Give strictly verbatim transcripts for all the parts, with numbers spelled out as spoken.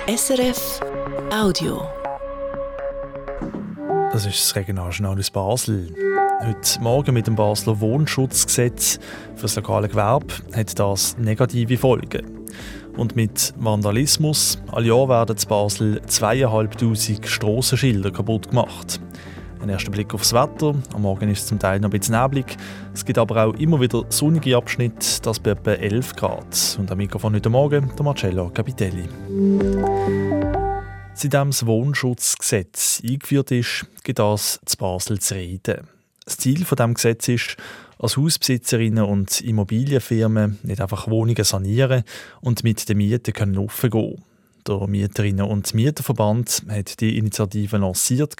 S R F Audio. Das ist das Regionaljournal aus Basel. Heute Morgen mit dem Basler Wohnschutzgesetz für das lokale Gewerbe hat das negative Folgen. Und mit Vandalismus, all Jahr werden in Basel zweieinhalbtausend Strassenschilder kaputt gemacht. Ein erster Blick aufs Wetter. Am Morgen ist es zum Teil noch ein bisschen neblig. Es gibt aber auch immer wieder sonnige Abschnitte, das bei etwa elf Grad. Und am Mikrofon heute Morgen der Marcello Capitelli. Seitdem das Wohnschutzgesetz eingeführt ist, gibt es in Basel zu reden. Das Ziel dieses Gesetzes ist, als Hausbesitzerinnen und Immobilienfirmen nicht einfach Wohnungen sanieren und mit den Mieten können offen gehen. Der Mieterinnen- und Mieterverband hat die Initiative lanciert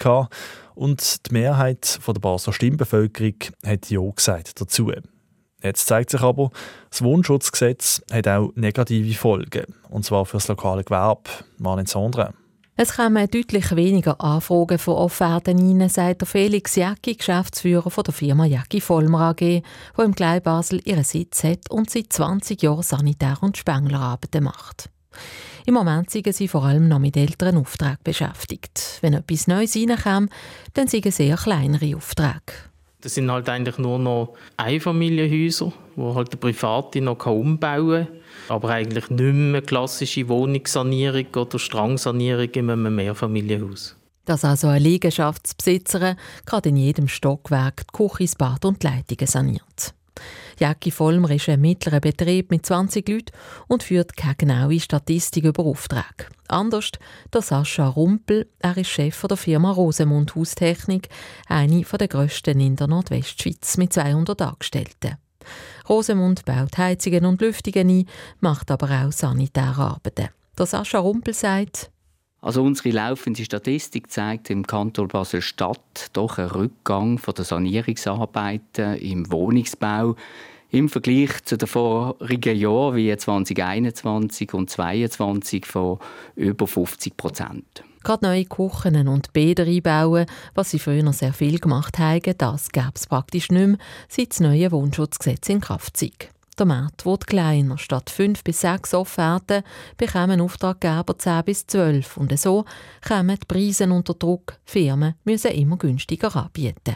und die Mehrheit der Basler Stimmbevölkerung hat Ja gesagt dazu. Jetzt zeigt sich aber, das Wohnschutzgesetz hat auch negative Folgen, und zwar für das lokale Gewerbe. Marlene Sondra. Es kommen deutlich weniger Anfragen für Offerten rein, sagt der Felix Jäcki, Geschäftsführer der Firma Jäcki Vollmer A G, die im Kleinbasel ihren Sitz hat und seit zwanzig Jahren Sanitär- und Spenglerarbeiten macht. Im Moment sind sie vor allem noch mit älteren Aufträgen beschäftigt. Wenn etwas Neues reinkommt, dann sind es eher kleinere Aufträge. Das sind halt eigentlich nur noch Einfamilienhäuser, wo halt der Private noch umbauen kann. Aber eigentlich nicht mehr klassische Wohnungssanierung oder Strangsanierung in einem Mehrfamilienhaus. Dass also eine Liegenschaftsbesitzerin gerade in jedem Stockwerk die Küche, das Bad und die Leitungen saniert. Jäcki Vollmer ist ein mittlerer Betrieb mit zwanzig Leuten und führt keine genaue Statistik über Aufträge. Anders der Sascha Rumpel, er ist Chef der Firma Rosemund Haustechnik, eine der grössten in der Nordwestschweiz mit zweihundert Angestellten. Rosemund baut Heizungen und Lüftungen ein, macht aber auch sanitäre Arbeiten. Der Sascha Rumpel sagt: Also unsere laufende Statistik zeigt im Kanton Basel-Stadt doch einen Rückgang von der Sanierungsarbeiten im Wohnungsbau im Vergleich zu den vorigen Jahren wie zwanzig einundzwanzig und zwanzig zweiundzwanzig von über fünfzig Prozent. Gerade neue Küchen und Bäder einbauen, was sie früher sehr viel gemacht haben, das gäbe es praktisch nicht mehr, seit das neue Wohnschutzgesetz in Kraft ist. Der Markt wird kleiner. Statt fünf bis sechs Offerten bekommen Auftraggeber zehn bis zwölf. Und so kommen die Preise unter Druck. Firmen müssen immer günstiger anbieten.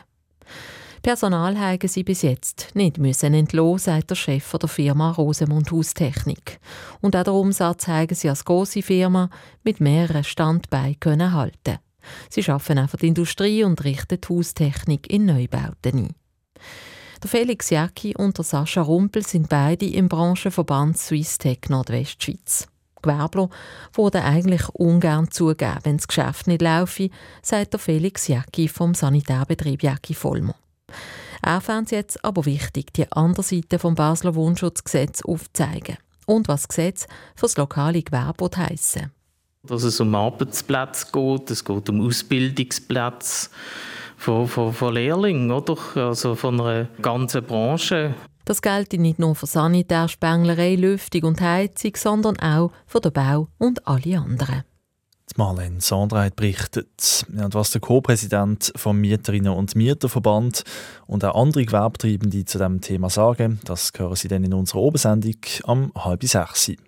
Personal haben sie bis jetzt nicht müssen entlassen, sagt der Chef der Firma Rosemund Haustechnik. Und auch den Umsatz haben sie als grosse Firma mit mehreren Standbeinen können halten. Sie arbeiten auch für die Industrie und richten die Haustechnik in Neubauten ein. Der Felix Jäcki und der Sascha Rumpel sind beide im Branchenverband Swisstech Nordwestschweiz. Gewerbler würden eigentlich ungern zugeben, wenn das Geschäft nicht laufe, sagt der Felix Jäcki vom Sanitärbetrieb Jäcki Vollmer. Er fand es jetzt aber wichtig, die andere Seite des Basler Wohnschutzgesetzes aufzuzeigen. Und was das Gesetz für das lokale Gewerbe heissen. Dass es um Arbeitsplätze geht, es geht um Ausbildungsplätze von, von, von Lehrlingen, oder? Also von einer ganzen Branche. Das gilt nicht nur für Sanitär, Spenglerei, Lüftung und Heizung, sondern auch für den Bau und alle anderen. Marlene Sondra hat berichtet. Ja, und was der Co-Präsident vom Mieterinnen- und Mieterverband und auch andere Gewerbetreibende zu diesem Thema sagen, das hören Sie dann in unserer Obersendung am halb sechs. Die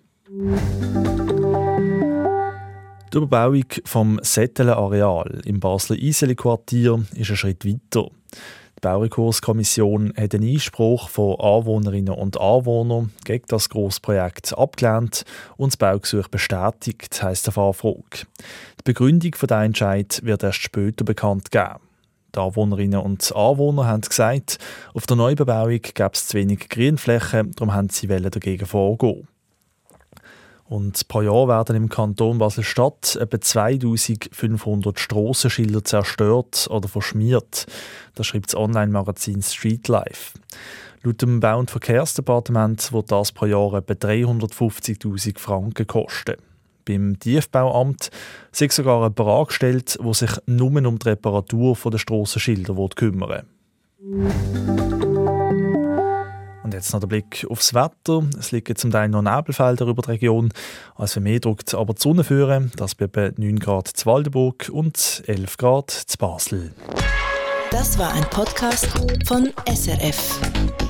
Überbauung vom Settele-Areal im Basler Iseli-Quartier ist ein Schritt weiter. Die Baurekurskommission hat einen Einspruch von Anwohnerinnen und Anwohnern gegen das Grossprojekt abgelehnt und das Baugesuch bestätigt, heisst der Fachfrage. Die Begründung für diesen Entscheid wird erst später bekannt geben. Die Anwohnerinnen und Anwohner haben gesagt, auf der Neubebauung gäbe es zu wenig Grünflächen, darum haben sie dagegen vorgehen. Und pro Jahr werden im Kanton Basel-Stadt etwa zweitausendfünfhundert Strassenschilder zerstört oder verschmiert. Das schreibt das Online-Magazin Streetlife. Laut dem Bau- und Verkehrsdepartement wird das pro Jahr etwa dreihundertfünfzigtausend Franken kosten. Beim Tiefbauamt ist sogar jemand angestellt, der sich nur um die Reparatur der Strassenschilder kümmern will. Und jetzt noch der Blick aufs Wetter. Es liegen zum Teil noch Nebelfelder über die Region. Also mehr drückt aber die Sonne führen. Das bei etwa neun Grad zu Waldenburg und elf Grad zu Basel. Das war ein Podcast von S R F.